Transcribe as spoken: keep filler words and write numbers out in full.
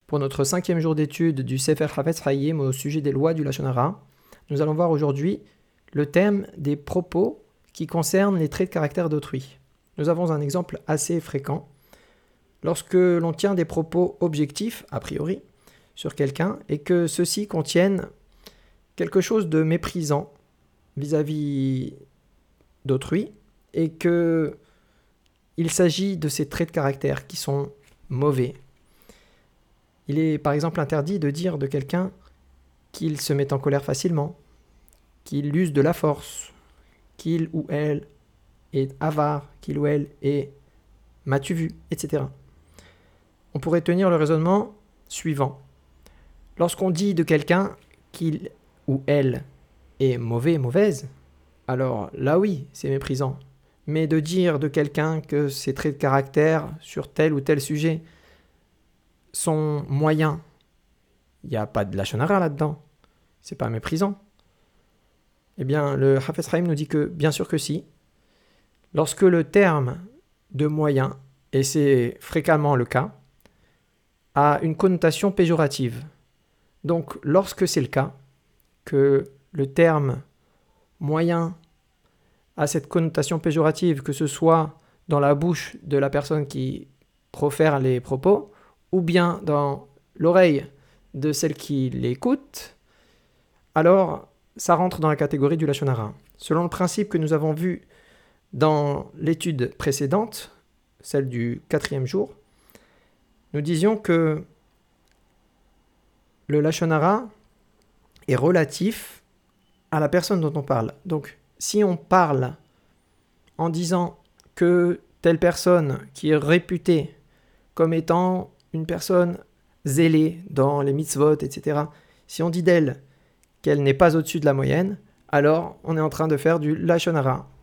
Pour notre cinquième jour d'étude du Sefer Hafetz Chaim au sujet des lois du Lashon Hara, nous allons voir aujourd'hui le thème des propos qui concernent les traits de caractère d'autrui. Nous avons un exemple assez fréquent. Lorsque l'on tient des propos objectifs, a priori, sur quelqu'un, et que ceux-ci contiennent quelque chose de méprisant vis-à-vis d'autrui, et que il s'agit de ces traits de caractère qui sont mauvais. Il est par exemple interdit de dire de quelqu'un qu'il se met en colère facilement, qu'il use de la force, qu'il ou elle est avare, qu'il ou elle est m'as-tu vu, et cetera. On pourrait tenir le raisonnement suivant. Lorsqu'on dit de quelqu'un qu'il ou elle est mauvais, mauvaise, alors là oui, c'est méprisant. Mais de dire de quelqu'un que ses traits de caractère sur tel ou tel sujet sont moyens, il n'y a pas de lashon hara là-dedans, c'est pas méprisant. Eh bien, le Hafetz Chaim nous dit que bien sûr que si, lorsque le terme de moyen, et c'est fréquemment le cas, a une connotation péjorative. Donc, lorsque c'est le cas, que le terme moyen a cette connotation péjorative, que ce soit dans la bouche de la personne qui profère les propos, ou bien dans l'oreille de celle qui l'écoute, alors ça rentre dans la catégorie du lashon hara. Selon le principe que nous avons vu dans l'étude précédente, celle du quatrième jour, nous disions que le lashon hara est relatif à la personne dont on parle. Donc, si on parle en disant que telle personne qui est réputée comme étant une personne zélée dans les mitzvot, et cetera, si on dit d'elle qu'elle n'est pas au-dessus de la moyenne, alors on est en train de faire du lashon hara.